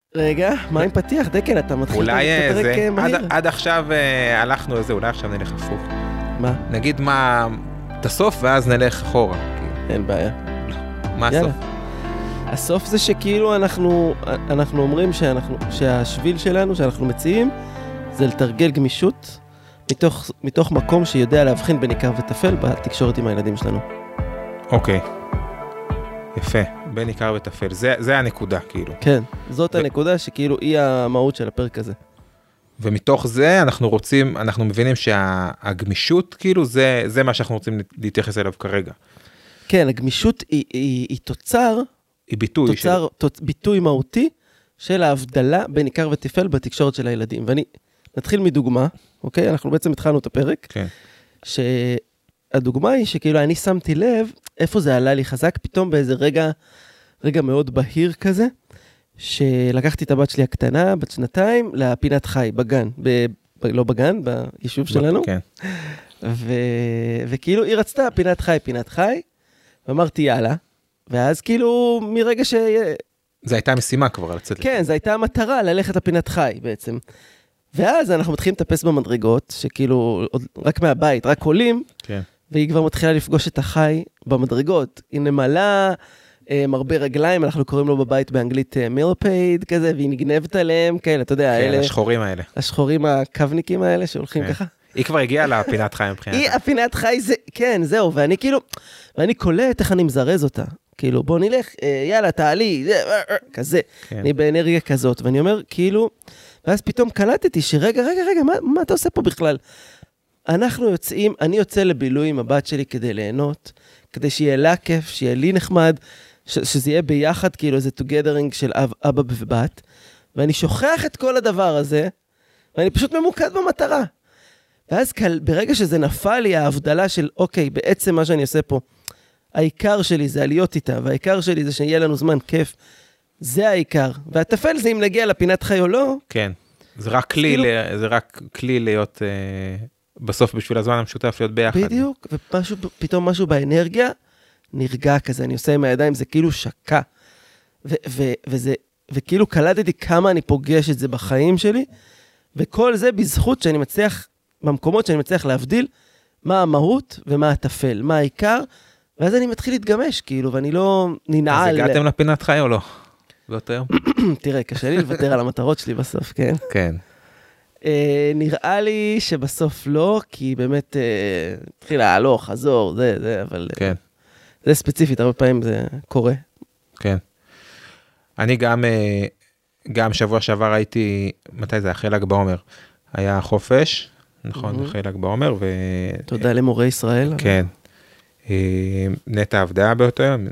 רגע, מה עם פתיח? דקן, אתה מתחיל אולי את הפרק זה, מהיר. עד עכשיו הלכנו לזה, אולי עכשיו נלך הפוך. מה? נגיד מה, את הסוף ואז נלך אחורה. אין בעיה. מה הסוף? הסוף זה שכאילו אנחנו אומרים שהשביל שלנו, שאנחנו מציעים, זה לתרגל גמישות מתוך מקום שיודע להבחין בין עיקר וטפל בתקשורת עם הילדים שלנו. אוקיי. יפה, בין עיקר וטפל. זה הנקודה, כאילו. כן, זאת הנקודה שכאילו היא המהות של הפרק הזה. ומתוך זה אנחנו מבינים שהגמישות, כאילו, זה מה שאנחנו רוצים להתייחס אליו כרגע. כן, הגמישות היא תוצר, היא ביטוי. ביטוי מהותי של ההבדלה בין עיקר וטפל בתקשורת של הילדים. ואני נתחיל מדוגמה, אוקיי? אנחנו בעצם התחלנו את הפרק. כן. שהדוגמה היא שכאילו אני שמתי לב איפה זה עלה לי חזק, פתאום באיזה רגע מאוד בהיר כזה, שלקחתי את הבת שלי הקטנה, בת 2, לפינת חי, בגן, לא בגן, ביישוב שלנו. כן. וכאילו היא רצתה פינת חי, ואמרתי יאללה, ואז כאילו מרגע זה הייתה משימה כבר לצאת. כן, זו הייתה המטרה ללכת לפינת חי בעצם. ואז אנחנו מתחילים לטפס במדרגות, שכאילו רק מהבית, רק עולים, כן. והיא כבר מתחילה לפגוש את החי במדרגות. היא נמלה, מרבה רגליים, אנחנו קוראים לו בבית באנגלית מיליפייד כזה, והיא נגנבת עליהם, כאלה, אתה יודע, כן, השחורים האלה. השחורים הקווניקים האלה שהולכים ככה. היא כבר הגיעה לפינת חי מבחינת. הפינת חי, כן, זהו, ואני קולט איך אני מזרז אותה. כאילו, בוא נלך, יאללה, תעלי, כזה. אני באנרגיה כזאת, ואני אומר, כאילו, ואז פתאום קלטתי שרגע, מה אתה עושה פה בכלל? אני יוצא לבילוי עם הבת שלי כדי ליהנות, כדי שיהיה לה כיף, שיהיה לי נחמד, שזה יהיה ביחד, כאילו איזה togethering של אבא ובת, ואני שוכח את כל הדבר הזה, ואני פשוט ממוקד במטרה. ואז ברגע שזה נפל לי, ההבדלה של, אוקיי, בעצם מה שאני עושה פה, העיקר שלי זה להיות איתה, והעיקר שלי זה שיהיה לנו זמן כיף, זה העיקר. והטפל זה אם נגיע לפינת חי או לא. כן, זה רק כלי להיות בסוף בשביל הזמן המשותף להיות ביחד. בדיוק, ופתאום משהו באנרגיה נרגע כזה, אני עושה עם הידיים, זה כאילו שקע. וכאילו קלטתי כמה אני פוגש את זה בחיים שלי, וכל זה בזכות שאני מצליח, במקומות שאני מצליח להבדיל, מה המהות ומה הטפל, מה העיקר, ואז אני מתחיל להתגמש, כאילו, ואני לא ננעל. אז הגעתם לפינת חי או לא? באותו יום? תראה, קשה לי לוותר על המטרות שלי בסוף, כן? כן. נראה לי שבסוף לא, כי באמת התחיל להלוך, חזור, זה, אבל כן. זה ספציפית, הרבה פעמים זה קורה. כן. אני גם שבוע שעבר הייתי, מתי זה? אחרי ל"ג בעומר. היה חופש, נכון, אחרי ל"ג בעומר. תודה למורי ישראל. כן. נטע עבדה באותו יום,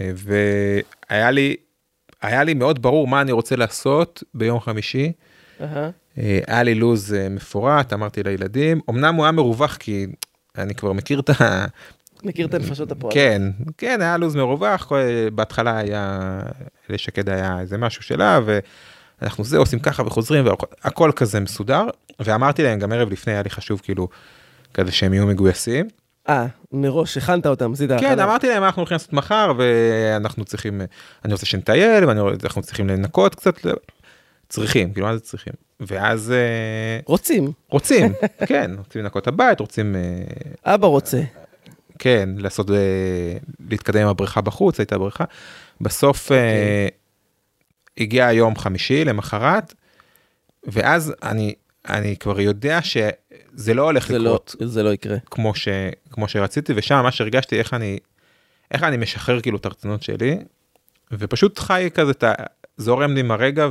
והיה לי מאוד ברור מה אני רוצה לעשות ביום חמישי. היה לי לוז מפורט, אמרתי לילדים, אמנם הוא היה מרווח, כי אני כבר מכיר את הנפשות הפועל. כן, היה לוז מרווח, בהתחלה היה, לשקד היה איזה משהו שלה, ואנחנו עושים ככה וחוזרים, והכל כזה מסודר, ואמרתי להם, גם ערב לפני היה לי חשוב כאילו, כזה שהם יהיו מגויסים. מראש, הכנת אותם, כן, אמרתי להם, אנחנו הולכים לעשות מחר, ואנחנו צריכים, אני רוצה שנטייל, ואנחנו צריכים לנקות קצת, צריכים, כאילו מה זה צריכים? ואז רוצים, כן, רוצים לנקות הבית, רוצים אבא רוצה, כן, להתקדם עם הבריכה בחוץ, הייתה בריכה, בסוף הגיע יום חמישי למחרת, ואז אני כבר יודע שזה לא הולך לקרות. זה לא יקרה. כמו שרציתי, ושם ממש הרגשתי איך אני משחרר כאילו את הרצונות שלי, ופשוט חי כזה, זורם לי מהרגע,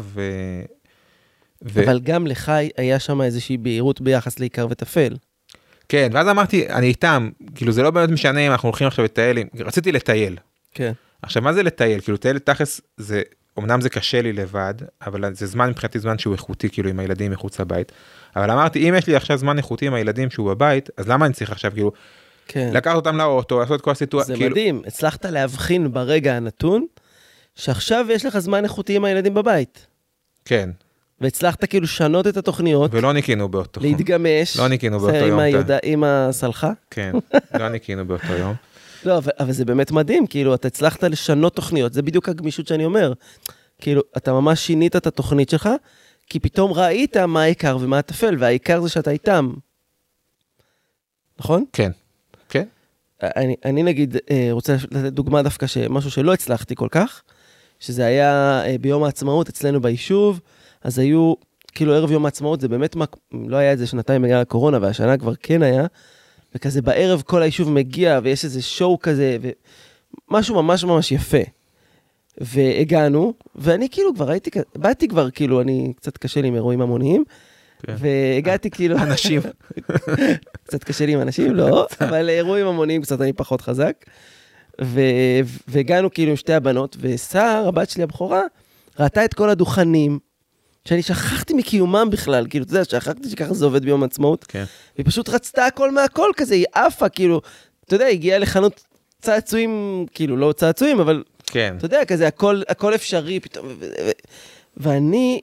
אבל גם לחי היה שם איזושהי בהירות ביחס לעיקר וטפל. כן, ואז אמרתי, אני איתם, כאילו זה לא באמת משנה אם אנחנו הולכים עכשיו לטייל, רציתי לטייל. כן. עכשיו, מה זה לטייל? כאילו טייל תכלס, אמנם זה קשה לי לבד, אבל זה זמן מבחינתי זמן שהוא איכותי, כאילו עם הילדים מחוץ לבית. אבל אמרתי, אם יש לי עכשיו זמן איכותי עם הילדים שהוא בבית, אז למה אני צריך עכשיו כאילו, לקחת אותם לאוטו, לעשות כל הסיטואציה. זה מדהים, הצלחת להבחין ברגע הנתון, שעכשיו יש לך זמן איכותי עם הילדים בבית. כן. והצלחת כאילו לשנות את התוכניות. ולא ניקינו באותו. להתגמש. לא ניקינו באותו יום. עם הסלחה. כן, לא ניקינו באותו יום. לא, אבל זה באמת מדהים, כאילו, אתה הצלחת לשנות תוכניות, זה בדיוק הגמישות שאני אומר. כאילו, אתה ממש שינית את התוכנית שלך, כי פתאום ראית מה העיקר ומה הטפל, והעיקר זה שאתה איתם. נכון? כן, כן. אני נגיד, רוצה לתת דוגמה דווקא משהו שלא הצלחתי כל כך, שזה היה ביום העצמאות אצלנו ביישוב, אז היו, כאילו ערב יום העצמאות, זה באמת, לא היה את זה שנתיים בגלל הקורונה, והשנה כבר כן היה, וכזה בערב כל היישוב מגיע, ויש איזה שואו כזה, ומשהו ממש ממש יפה. והגענו, ואני כאילו כבר באתי כבר כאילו, אני קצת קשה לי עם אירועים המוניים, והגעתי כאילו... אנשים. קצת קשה לי עם אנשים, לא, אבל אירועים המוניים קצת אני פחות חזק. והגענו כאילו עם שתי הבנות, ושר, הבת שלי הבכורה, ראתה את כל הדוכנים, שאני שכחתי מקיומם בכלל, כאילו, אתה יודע, שכחתי שככה זה עובד ביום העצמאות, והיא פשוט רצתה הכל מהכל כזה, היא עפה, כאילו, אתה יודע, הגיעה לחנות צעצועים, כאילו, לא צעצועים, אבל, כן. אתה יודע, כזה, הכל אפשרי, פתאום, ואני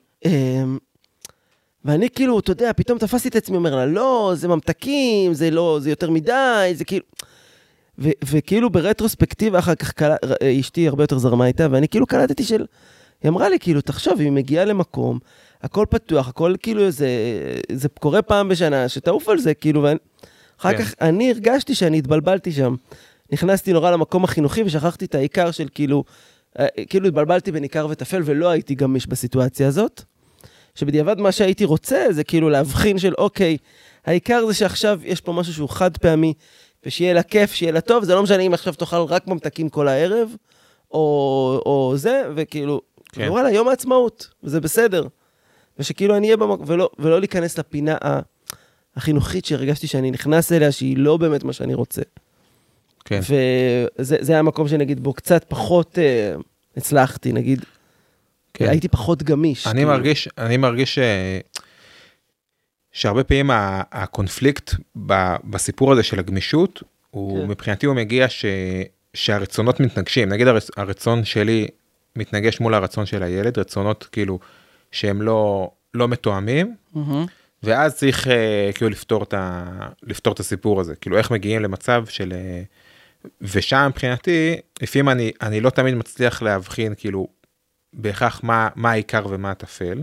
כאילו, אתה יודע, פתאום תפסתי את עצמי, אומר לה, לא, זה ממתקים, זה לא, זה יותר מדי, זה כאילו, וכאילו ברטרוספקטיבה אחר כך, אשתי הרבה יותר זרמה איתה, ואני כאילו קלטתי היא אמרה לי, כאילו, תחשוב, אם היא מגיעה למקום, הכל פתוח, הכל כאילו, זה קורה פעם בשנה, שתעוף על זה, כאילו, אחר כך אני הרגשתי שאני התבלבלתי שם. נכנסתי נורא למקום החינוכי, ושכחתי את העיקר של כאילו התבלבלתי בין עיקר וטפל, ולא הייתי גמיש בסיטואציה הזאת. שבדיעבד מה שהייתי רוצה, זה כאילו להבחין של, אוקיי, העיקר זה שעכשיו יש פה משהו שהוא חד פעמי, ושיהיה לה כיף, שיהיה לה טוב, זה לא משנה אם עכשיו תאכל רק ממתקים כל הערב, או זה, וכאילו, וואלה, יום העצמאות, וזה בסדר. ושכאילו אני אהיה במקום, ולא להיכנס לפינה החינוכית שהרגשתי שאני נכנס אליה, שהיא לא באמת מה שאני רוצה. כן. וזה היה המקום שנגיד בו קצת פחות הצלחתי, נגיד, כן. הייתי פחות גמיש. אני מרגיש שהרבה פעמים הקונפליקט בסיפור הזה של הגמישות, הוא מבחינתי הוא מגיע שהרצונות מתנגשים. נגיד הרצון שלי מתנגש מול הרצון של הילד, רצונות כאילו שהם לא מתואמים, ואז צריך כאילו לפתור את הסיפור הזה. כאילו איך מגיעים למצב של... ושם מבחינתי, לפעמים אני לא תמיד מצליח להבחין כאילו בהכרח מה העיקר ומה הטפל,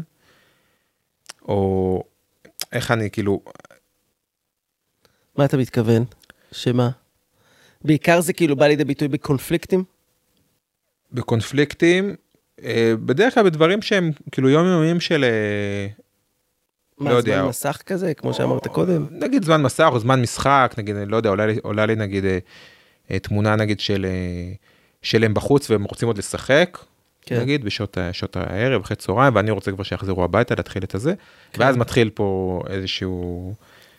או איך אני כאילו... מה אתה מתכוון? שמה? בעיקר זה כאילו בא לידי ביטוי בקונפליקטים? בקונפליקטים, בדרך כלל בדברים שהם כאילו יומיומיים של... מה, זמן מסך כזה, כמו שאמרת קודם? נגיד זמן מסך או זמן משחק, נגיד, לא יודע, עולה לי נגיד תמונה נגיד של הם בחוץ והם רוצים עוד לשחק, נגיד, בשעות הערב, אחרי צהריים, ואני רוצה כבר שיחזרו הביתה להתחיל את הזה, ואז מתחיל פה איזשהו...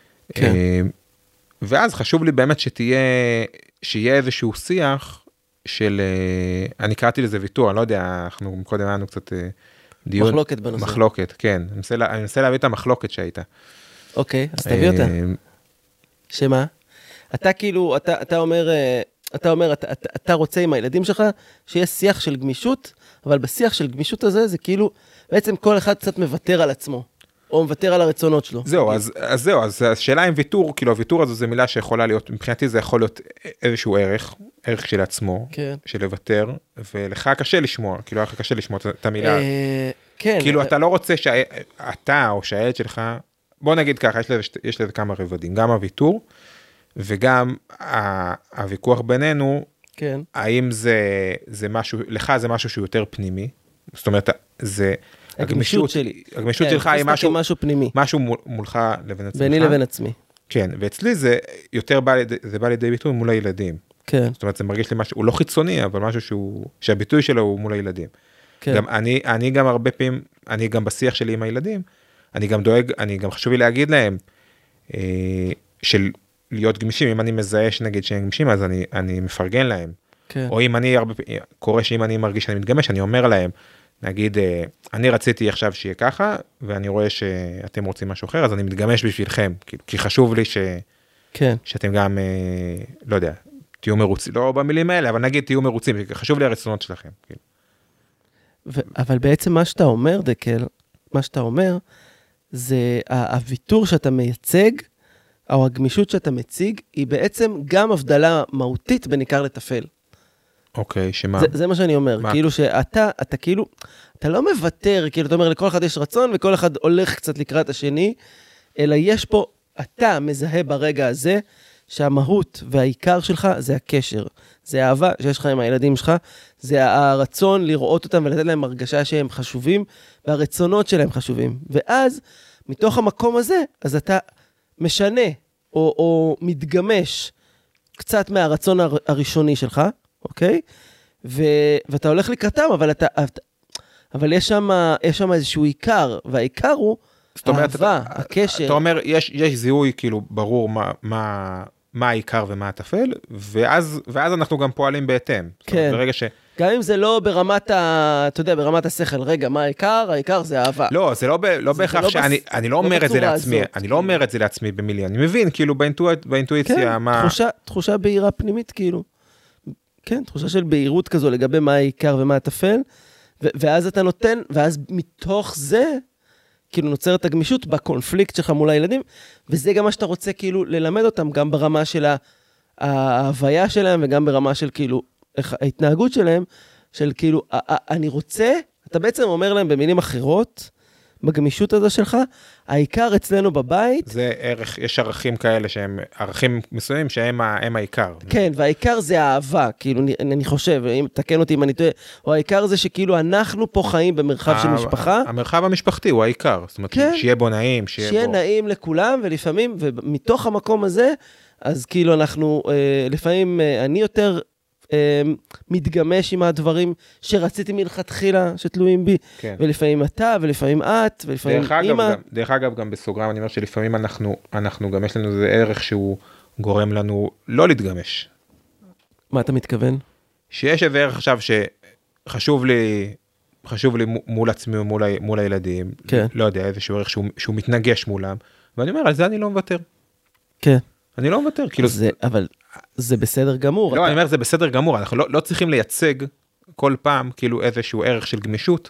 ואז חשוב לי באמת שיהיה איזשהו שיח של... אני קראתי לזה ויתור, אני לא יודע, אנחנו קודם היינו קצת... דיון, מחלוקת בנושא. מחלוקת, כן. אני מנסה להביא את המחלוקת שהייתה. אוקיי, אז תביא אותה. שמה? אתה כאילו, אתה אומר, אתה רוצה עם הילדים שלך שיש שיח של גמישות, אבל בשיח של גמישות הזה זה כאילו, בעצם כל אחד קצת מוותר על עצמו, או מוותר על הרצונות שלו. זהו, אז השאלה עם ויתור, כאילו הוויתור הזו זה מילה שיכולה להיות, מבחינתי זה יכול להיות איזשהו ערך של עצמו, של לוותר, ולך קשה לשמוע, כאילו לך קשה לשמוע את המילה. כן. כאילו אתה לא רוצה שאתה או שהילד שלך, בוא נגיד ככה, יש לזה כמה רבדים, גם הוויתור, וגם הוויכוח בינינו, האם זה משהו, לך זה משהו שהוא יותר פנימי, זאת אומרת, זה... הגמישות שלי. הגמישות שלך היא משהו פנימי. משהו מולך לבין עצמך. ביני לבין עצמי. כן, ואצלי זה יותר בא לידי ביטוי מול הילדים. כן. זאת אומרת, זה מרגיש לי משהו, הוא לא חיצוני, אבל משהו שהביטוי שלו הוא מול הילדים. כן. גם אני גם הרבה פעמים, אני גם בשיח שלי עם הילדים, אני גם דואג, אני גם חשוב לי להגיד להם, של להיות גמישים, אם אני מזהה שנגיד שהם גמישים, אז אני מפרגן להם. כן. או אם אני קורה שאם אני מרגיש שאני מתגמש, אני אומר להם, נגיד, אני רציתי עכשיו שיהיה ככה, ואני רואה שאתם רוצים משהו אחר, אז אני מתגמש בשבילכם, כי חשוב לי שאתם גם, לא יודע, תהיו מרוצים, לא במילים האלה, אבל נגיד תהיו מרוצים, חשוב לי הרצונות שלכם. אבל בעצם מה שאתה אומר, דקל, מה שאתה אומר, זה הוויתור שאתה מייצג, או הגמישות שאתה מציג, היא בעצם גם הבדלה מהותית בין עיקר לטפל. אוקיי, שמה? זה מה שאני אומר, כאילו שאתה כאילו, אתה לא מוותר, כאילו אתה אומר, לכל אחד יש רצון, וכל אחד הולך קצת לקראת השני, אלא יש פה, אתה מזהה ברגע הזה, שהמהות והעיקר שלך זה הקשר, זה האהבה שיש לך עם הילדים שלך, זה הרצון לראות אותם ולתת להם הרגשה שהם חשובים, והרצונות שלהם חשובים. ואז, מתוך המקום הזה, אז אתה משנה, או מתגמש, קצת מהרצון הראשוני שלך, אוקיי? ואתה הולך לקראתם, אבל יש שם איזשהו עיקר, והעיקר הוא האהבה, הקשר. אתה אומר, יש זיהוי כאילו ברור מה העיקר ומה הטפל, ואז אנחנו גם פועלים בהתאם. כן. ברגע גם אם זה לא ברמת אתה יודע, ברמת השכל, רגע, מה העיקר? העיקר זה אהבה. לא, זה לא בהכרח שאני לא אומר את זה לעצמי, אני לא אומר את זה לעצמי במילים, אני מבין, כאילו, באינטואיציה, מה... תחושה בהירה פנימית, כאילו. כן, תחושה של בהירות כזו לגבי מה העיקר ומה הטפל, ואז אתה נותן, ואז מתוך זה, כאילו נוצרת הגמישות בקונפליקט שלך מול הילדים, וזה גם מה שאתה רוצה כאילו ללמד אותם, גם ברמה של ההוויה שלהם, וגם ברמה של כאילו ההתנהגות שלהם, של כאילו, אני רוצה, אתה בעצם אומר להם במילים אחרות, בגמישות הזו שלך, העיקר אצלנו בבית. זה ערך, יש ערכים כאלה שהם, ערכים מסוימים שהם העיקר. כן, והעיקר זה האהבה, כאילו, אני חושב, אם תקן אותי אם אני טועה, או העיקר זה שכאילו אנחנו פה חיים במרחב של משפחה. המרחב המשפחתי הוא העיקר, זאת אומרת, כן, שיהיה בו נעים, שיהיה נעים לכולם, ולפעמים, ומתוך המקום הזה, אז כאילו אנחנו, לפעמים אני יותר מתגמש עם הדברים שרציתי מלכתחילה, שתלויים בי, כן. ולפעמים אתה, ולפעמים את, ולפעמים אמא. דרך אגב, גם בסוגרם, אני אומר שלפעמים אנחנו גם יש לנו איזה ערך שהוא גורם לנו לא להתגמש. מה אתה מתכוון? שיש איזה ערך עכשיו שחשוב לי מול עצמי ומול הילדים, כן. לא יודע, איזשהו ערך שהוא מתנגש מולם, ואני אומר, על זה אני לא מוותר. כן. אני לא מוותר, כאילו... אבל זה בסדר גמור. לא, אני אומר, זה בסדר גמור, אנחנו לא צריכים לייצג כל פעם, כאילו איזשהו ערך של גמישות,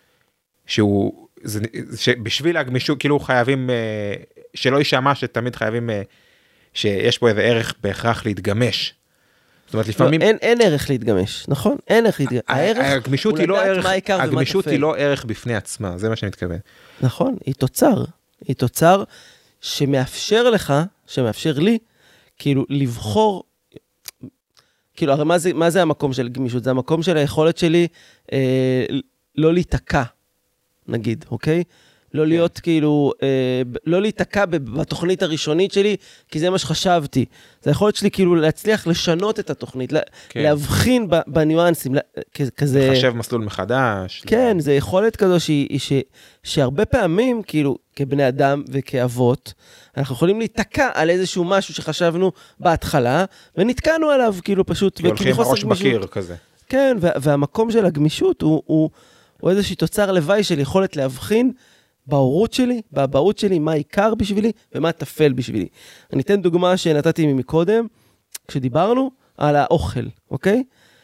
שבשביל הגמישות, כאילו חייבים, שלא יישמע שתמיד חייבים, שיש פה איזה ערך בהכרח להתגמש. זאת אומרת, לפעמים... אין ערך להתגמש, נכון? אין ערך להתגמש. הגמישות היא לא ערך בפני עצמה, זה מה שאני מתכוון. נכון, היא תוצר שמאפשר לך, שמאפשר לי, כאילו לבחור, כאילו הרי מה זה המקום של גמישות? זה המקום של היכולת שלי לא להיתקע, נגיד, אוקיי? לא להיות כאילו, לא להיתקע בתוכנית הראשונית שלי, כי זה מה שחשבתי. זה היכולת שלי כאילו להצליח לשנות את התוכנית, להבחין בניואנסים, כזה... לחשב מסלול מחדש. כן, זה יכולת כזו שהרבה פעמים, כאילו, כבני אדם וכאבות, אנחנו יכולים להתקע על איזשהו משהו שחשבנו בהתחלה, ונתקענו עליו, כאילו פשוט... כי הולכים ראש בקיר כזה. כן, והמקום של הגמישות הוא איזושהי תוצר לוואי של יכולת להבחין בהורות שלי, באבהות שלי, מה העיקר בשבילי ומה תפל בשבילי. אני אתן דוגמה שנתתי מקודם, כשדיברנו על האוכל, אוקיי?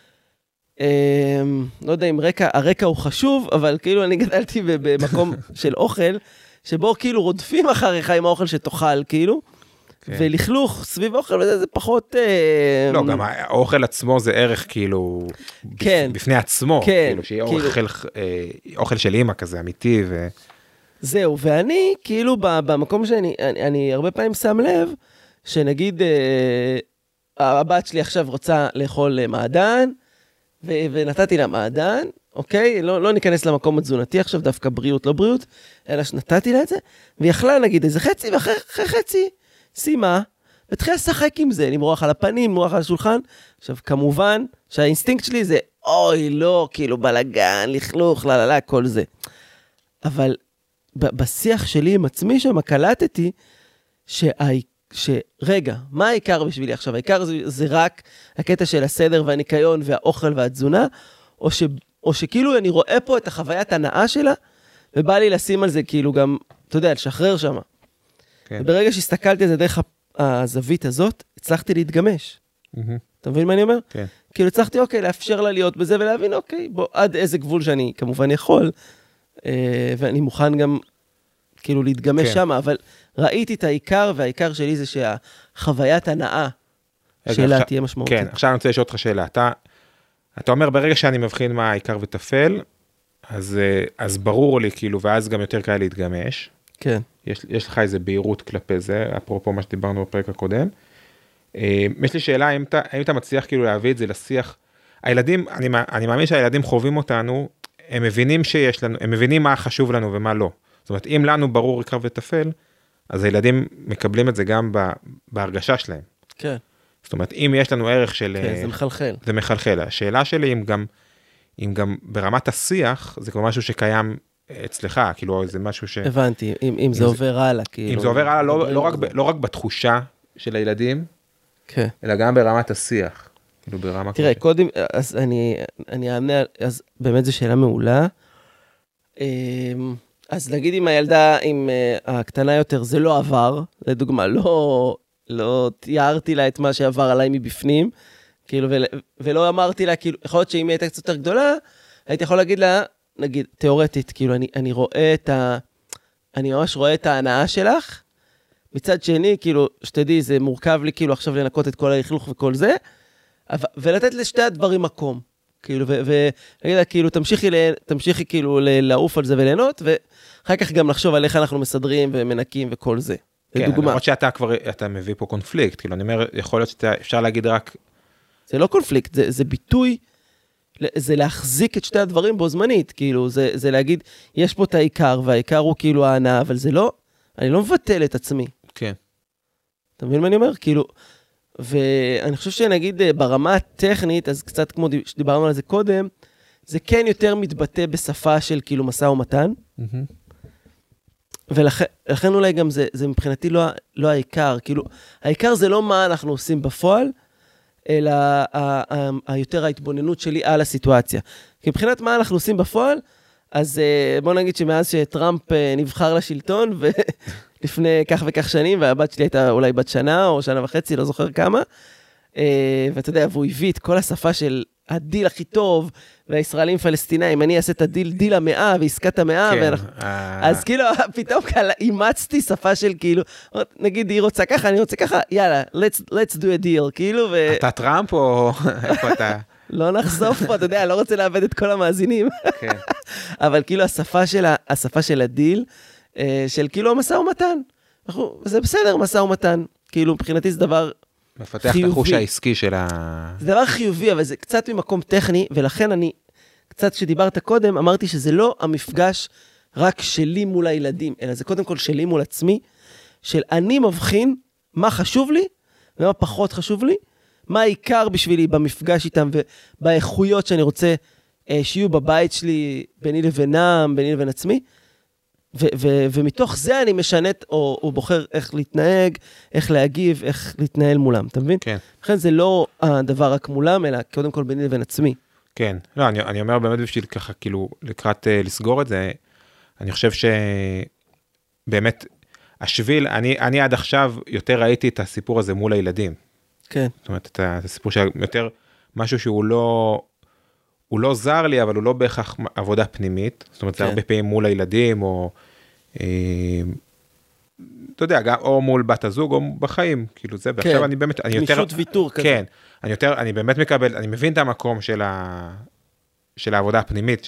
לא יודע אם הרקע הוא חשוב, אבל כאילו אני גדלתי במקום של אוכל, שבו כאילו רודפים אחריך עם האוכל שתאכל, כאילו, ולכלוך סביב אוכל, וזה פחות... לא, גם האוכל עצמו זה ערך כאילו, בפני עצמו, כאילו שיהיה אוכל של אמא כזה, אמיתי ו... זהו, ואני כאילו במקום שאני הרבה פעמים שם לב, שנגיד הבת שלי עכשיו רוצה לאכול מעדן, ונתתי לה מעדן, אוקיי? לא ניכנס למקום התזונתי עכשיו, דווקא בריאות, לא בריאות, אלא שנתתי לה את זה, ויכלה נגיד איזה חצי, ואחרי חצי, שימה, ותחילה לשחק עם זה, למרוח על הפנים, למרוח על השולחן. עכשיו, כמובן שהאינסטינקט שלי זה, אוי, לא, כאילו בלגן, לכלוך, לא, כל זה. אבל בשיח שלי עם עצמי שם קלטתי שרגע, מה העיקר בשבילי עכשיו? העיקר זה רק הקטע של הסדר והניקיון והאוכל והתזונה, או שכאילו אני רואה פה את החוויית הנאה שלה, ובא לי לשים על זה כאילו גם, אתה יודע, לשחרר שם. כן. וברגע שהסתכלתי על זה דרך הזווית הזאת, הצלחתי להתגמש. אתה מבין מה אני אומר? כן. כאילו הצלחתי, אוקיי, לאפשר לה להיות בזה ולהבין, אוקיי, בוא, עד איזה גבול שאני כמובן יכול, ואני מוכן גם כאילו להתגמש שם, אבל ראיתי את העיקר, והעיקר שלי זה שהחוויית הנאה שלה תהיה משמעותית. כן, עכשיו אני רוצה לשאול אותך שאלה. אתה אומר, ברגע שאני מבחין מה העיקר וטפל, אז ברור לי, כאילו, ואז גם יותר קל להתגמש. כן. יש לך איזה בהירות כלפי זה, אפרופו מה שדיברנו בפרק הקודם. יש לי שאלה, האם אתה מצליח כאילו להביא את זה לשיח, הילדים, אני מאמין שהילדים חווים אותנו, הם מבינים שיש לנו, הם מבינים מה חשוב לנו ומה לא. זאת אומרת, אם לנו ברור עיקר וטפל, אז הילדים מקבלים את זה גם בהרגשה שלהם. כן. זאת אומרת, אם יש לנו ערך של... כן, זה מחלחל. זה מחלחל. השאלה שלי, אם גם ברמת השיח, זה כבר משהו שקיים אצלך, כאילו, זה משהו ש... הבנתי, אם זה עובר הלאה, כאילו... אם זה עובר הלאה, לא רק בתחושה של הילדים, כן. אלא גם ברמת השיח. כאילו, ברמה... תראה, קודם, אז אני אענה, אז באמת זו שאלה מעולה. אז נגיד אם הילדה, עם הקטנה יותר, זה לא עבר, לדוגמה, לא תיארתי לה את מה שעבר עליי מבפנים, כאילו, ולא אמרתי לה, כאילו, יכול להיות שאם היא הייתה קצת יותר גדולה, הייתי יכול להגיד לה, נגיד, תיאורטית, כאילו, אני ממש רואה את ההנאה שלך, מצד שני, כאילו, שתדעי, זה מורכב לי, כאילו, עכשיו לנקות את כל ההכלוך וכל זה, ולתת לשתי הדברים מקום, כאילו, ולהגיד לה, כאילו, תמשיכי כאילו לעוף על זה וליהנות, ואחר כך גם לחשוב על איך אנחנו מסדרים ומנקים וכל זה. כן, למרות אתה מביא פה קונפליקט, כאילו, אני אומר, יכול להיות שאפשר להגיד רק... זה לא קונפליקט, זה ביטוי, זה להחזיק את שתי הדברים בו זמנית, כאילו, זה להגיד, יש פה את העיקר, והעיקר הוא כאילו ההנאה, אבל זה לא, אני לא מבטל את עצמי. כן. אתה מבין מה אני אומר? כאילו, ואני חושב שנגיד ברמה הטכנית, אז קצת כמו שדיברנו על זה קודם, זה כן יותר מתבטא בשפה של כאילו מסע ומתן, ולכן אולי גם זה מבחינתי לא העיקר, כאילו, העיקר זה לא מה אנחנו עושים בפועל, אלא היותר ההתבוננות שלי על הסיטואציה. כי מבחינת מה אנחנו עושים בפועל, אז בוא נגיד שמאז שטראמפ נבחר לשלטון, ולפני כך וכך שנים, והבת שלי הייתה אולי בת שנה או שנה וחצי, לא זוכר כמה, ואתה יודע, והוא הביא את כל השפה של הדיל הכי טוב, והישראלים פלסטינאים, אני אעשה את דיל המאה, ועסקת המאה, אז כאילו, פתאום אימצתי שפה של כאילו, נגיד, היא רוצה ככה, אני רוצה ככה, יאללה, let's do a deal, כאילו, אתה טראמפ או איפה אתה? לא נחשוף פה, אתה יודע, לא רוצה לאבד את כל המאזינים. אבל כאילו, השפה של הדיל, של כאילו המשא ומתן, זה בסדר, משא ומתן, כאילו, מבחינתי זה דבר מפתח את החוש העסקי של זה דבר חיובי, אבל זה קצת ממקום טכני, ולכן אני, קצת שדיברת קודם, אמרתי שזה לא המפגש רק שלי מול הילדים, אלא זה קודם כל שלי מול עצמי, של אני מבחין מה חשוב לי, ומה פחות חשוב לי, מה העיקר בשבילי במפגש איתם, ובאיכויות שאני רוצה שיהיו בבית שלי, ביני לבינם, ביני לבין עצמי, ומתוך זה אני משנת, או בוחר איך להתנהג, איך להגיב, איך להתנהל מולם, אתה מבין? כן. לכן זה לא הדבר רק מולם, אלא קודם כל ביני לבין עצמי. כן, לא, אני אומר באמת בשביל ככה, כאילו, לקראת לסגור את זה, אני חושב שבאמת, השביל, אני עד עכשיו יותר ראיתי את הסיפור הזה מול הילדים. כן. זאת אומרת, את הסיפור שיותר משהו שהוא לא זר לי, אבל הוא לא בהכרח עבודה פנימית, זאת אומרת, זה הרבה פעמים מול הילדים, או, אתה יודע, או מול בת הזוג, או בחיים, כאילו זה, ועכשיו אני באמת, אני יותר... מישות ויתור כזה. כן, אני באמת מקבל, אני מבין את המקום של העבודה הפנימית,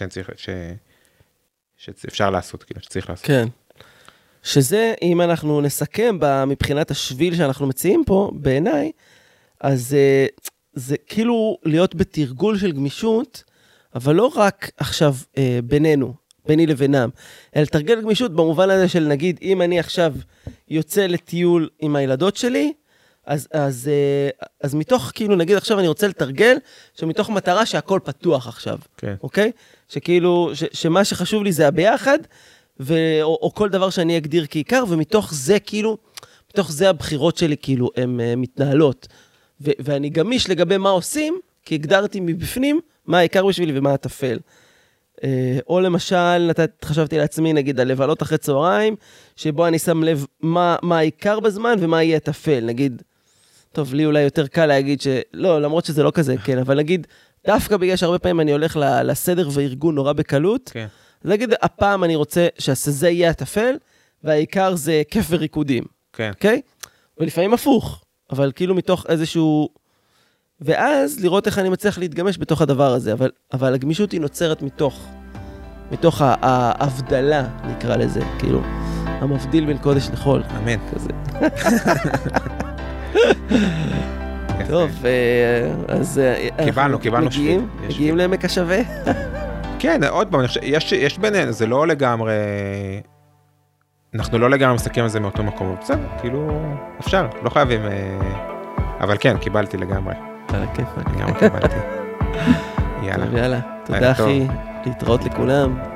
שאפשר לעשות, כאילו, שצריך לעשות. כן. שזה, אם אנחנו נסכם מבחינת השביל שאנחנו מציעים פה, בעיניי, אז זה כאילו להיות בתרגול של גמישות, אבל לא רק עכשיו ביני לבינם, אלא תרגל גמישות במובן הזה של נגיד, אם אני עכשיו יוצא לטיול עם הילדות שלי, אז מתוך, כאילו נגיד עכשיו אני רוצה לתרגל, שמתוך מטרה שהכל פתוח עכשיו, אוקיי? שכאילו, שמה שחשוב לי זה הביחד, או כל דבר שאני אגדיר כעיקר, ומתוך זה כאילו, מתוך זה הבחירות שלי כאילו הן מתנהלות. ואני גמיש לגבי מה עושים, כי הגדרתי מבפנים מה העיקר בשבילי ומה הטפל. או למשל, חשבתי לעצמי, נגיד, על לבלות אחרי צהריים, שבו אני שם לב מה העיקר בזמן ומה יהיה הטפל. נגיד, טוב, לי אולי יותר קל להגיד שלא, למרות שזה לא כזה, כן, אבל נגיד, דווקא בגלל שהרבה פעמים אני הולך לסדר וארגון נורא בקלות, כן. אז נגיד, הפעם אני רוצה שהסזה יהיה הטפל, והעיקר זה כיף וריקודים. כן. אוקיי? ולפעמים הפוך. אבל כאילו מתוך איזשהו ואז לראות איך אני מצליח להתגמש בתוך הדבר הזה, אבל הגמישות היא נוצרת מתוך ההבדלה, נקרא לזה, כאילו, המבדיל בין קודש לחול. אמן. כזה. טוב, אז קיבלנו מגיעים לעמק השווה? כן, עוד פעם, יש בינינו, זה לא לגמרי, אנחנו לא לגמרי מסתכלים על זה מאותו מקום, בסדר, כאילו, אפשר, לא חייבים, אבל כן, קיבלתי לגמרי. על הכיף. לגמרי קיבלתי. יאללה. תודה אחי, להתראות לכולם.